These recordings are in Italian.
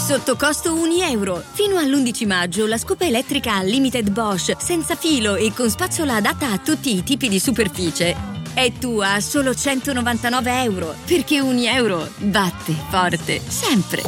Sotto costo €1. Fino all'11 maggio la scopa elettrica Unlimited Bosch senza filo e con spazzola adatta a tutti i tipi di superficie è tua a solo €199, perché €1 batte forte sempre.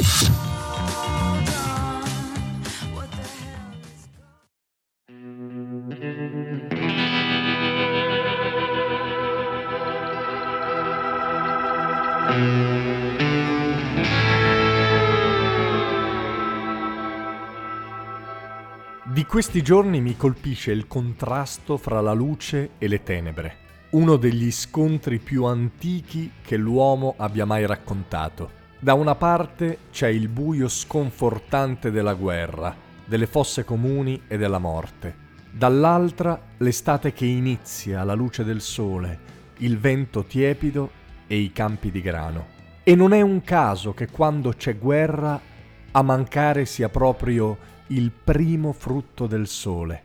Di questi giorni mi colpisce il contrasto fra la luce e le tenebre, uno degli scontri più antichi che l'uomo abbia mai raccontato. Da una parte c'è il buio sconfortante della guerra, delle fosse comuni e della morte. Dall'altra l'estate che inizia alla luce del sole, il vento tiepido e i campi di grano. E non è un caso che quando c'è guerra a mancare sia proprio il primo frutto del sole.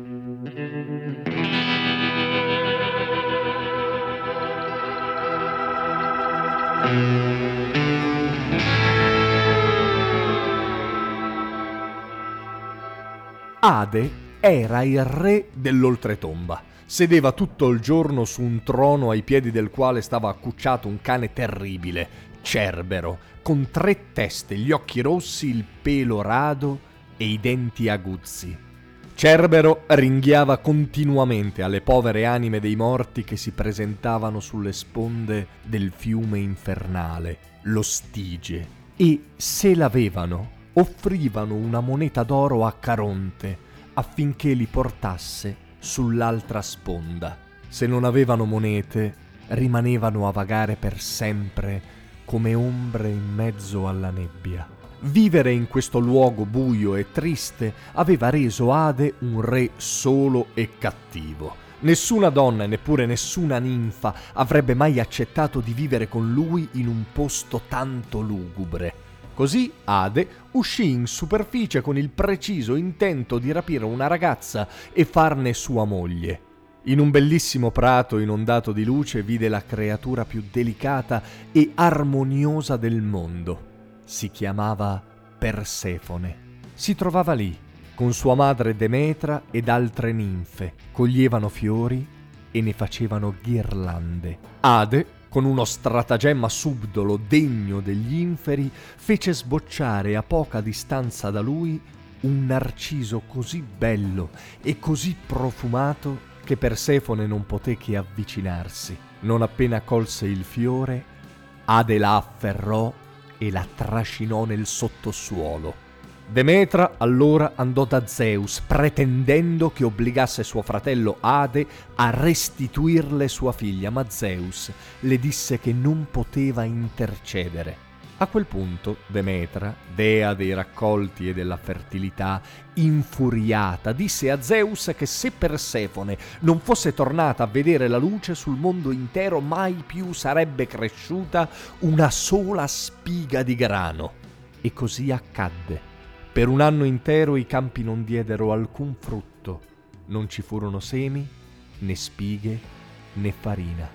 Ade era il re dell'oltretomba. Sedeva tutto il giorno su un trono ai piedi del quale stava accucciato un cane terribile, Cerbero, con 3 teste, gli occhi rossi, il pelo rado e i denti aguzzi. Cerbero ringhiava continuamente alle povere anime dei morti che si presentavano sulle sponde del fiume infernale, lo Stige, e se l'avevano, offrivano una moneta d'oro a Caronte affinché li portasse sull'altra sponda. Se non avevano monete, rimanevano a vagare per sempre come ombre in mezzo alla nebbia. Vivere in questo luogo buio e triste aveva reso Ade un re solo e cattivo. Nessuna donna e neppure nessuna ninfa avrebbe mai accettato di vivere con lui in un posto tanto lugubre. Così Ade uscì in superficie con il preciso intento di rapire una ragazza e farne sua moglie. In un bellissimo prato inondato di luce vide la creatura più delicata e armoniosa del mondo. Si chiamava Persefone. Si trovava lì, con sua madre Demetra ed altre ninfe. Coglievano fiori e ne facevano ghirlande. Ade, con uno stratagemma subdolo degno degli inferi, fece sbocciare a poca distanza da lui un narciso così bello e così profumato che Persefone non poté che avvicinarsi. Non appena colse il fiore, Ade la afferrò e la trascinò nel sottosuolo. Demetra allora andò da Zeus, pretendendo che obbligasse suo fratello Ade a restituirle sua figlia, ma Zeus le disse che non poteva intercedere. A quel punto Demetra, dea dei raccolti e della fertilità, infuriata, disse a Zeus che se Persefone non fosse tornata a vedere la luce sul mondo intero mai più sarebbe cresciuta una sola spiga di grano. E così accadde. Per un anno intero i campi non diedero alcun frutto, non ci furono semi, né spighe, né farina.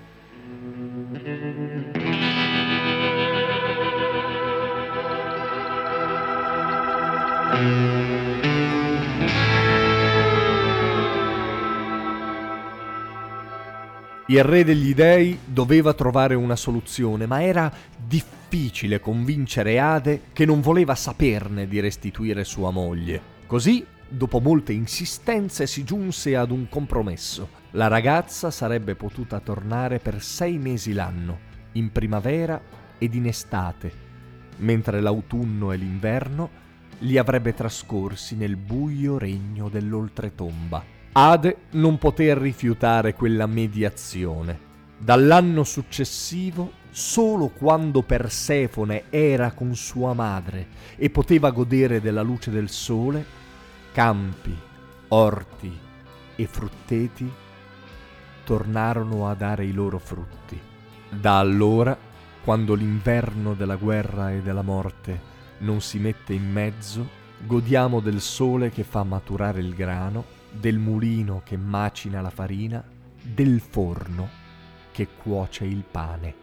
Il re degli dei doveva trovare una soluzione, ma era difficile convincere Ade che non voleva saperne di restituire sua moglie. Così, dopo molte insistenze, si giunse ad un compromesso. La ragazza sarebbe potuta tornare per 6 mesi l'anno, in primavera ed in estate, mentre l'autunno e l'inverno li avrebbe trascorsi nel buio regno dell'oltretomba. Ade non poté rifiutare quella mediazione. Dall'anno successivo, solo quando Persefone era con sua madre e poteva godere della luce del sole, campi, orti e frutteti tornarono a dare i loro frutti. Da allora, quando l'inverno della guerra e della morte non si mette in mezzo, godiamo del sole che fa maturare il grano, del mulino che macina la farina, del forno che cuoce il pane.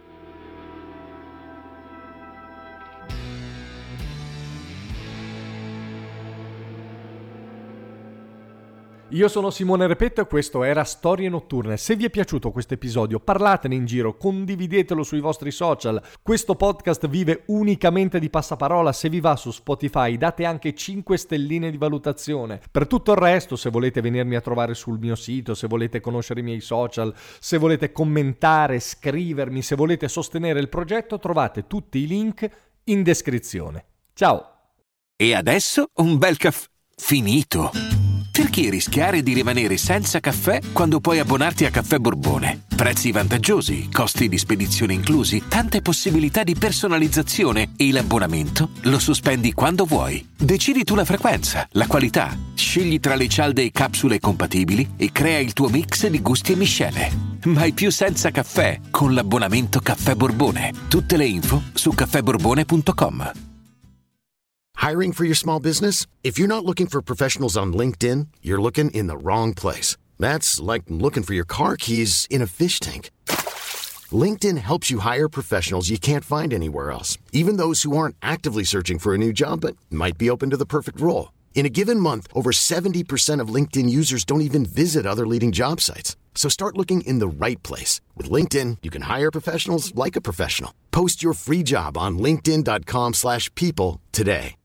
Io sono Simone Repetto e questo era Storie Notturne. Se vi è piaciuto questo episodio, parlatene in giro, condividetelo sui vostri social. Questo podcast vive unicamente di passaparola. Se vi va su Spotify, date anche 5 stelline di valutazione. Per tutto il resto, se volete venirmi a trovare sul mio sito, se volete conoscere i miei social, se volete commentare, scrivermi, se volete sostenere il progetto, trovate tutti i link in descrizione. Ciao! E adesso un bel caffè finito. Perché rischiare di rimanere senza caffè quando puoi abbonarti a Caffè Borbone? Prezzi vantaggiosi, costi di spedizione inclusi, tante possibilità di personalizzazione e l'abbonamento lo sospendi quando vuoi. Decidi tu la frequenza, la qualità, scegli tra le cialde e capsule compatibili e crea il tuo mix di gusti e miscele. Mai più senza caffè con l'abbonamento Caffè Borbone. Tutte le info su caffèborbone.com. Hiring for your small business? If you're not looking for professionals on LinkedIn, you're looking in the wrong place. That's like looking for your car keys in a fish tank. LinkedIn helps you hire professionals you can't find anywhere else, even those who aren't actively searching for a new job but might be open to the perfect role. In a given month, over 70% of LinkedIn users don't even visit other leading job sites. So start looking in the right place. With LinkedIn, you can hire professionals like a professional. Post your free job on linkedin.com/people today.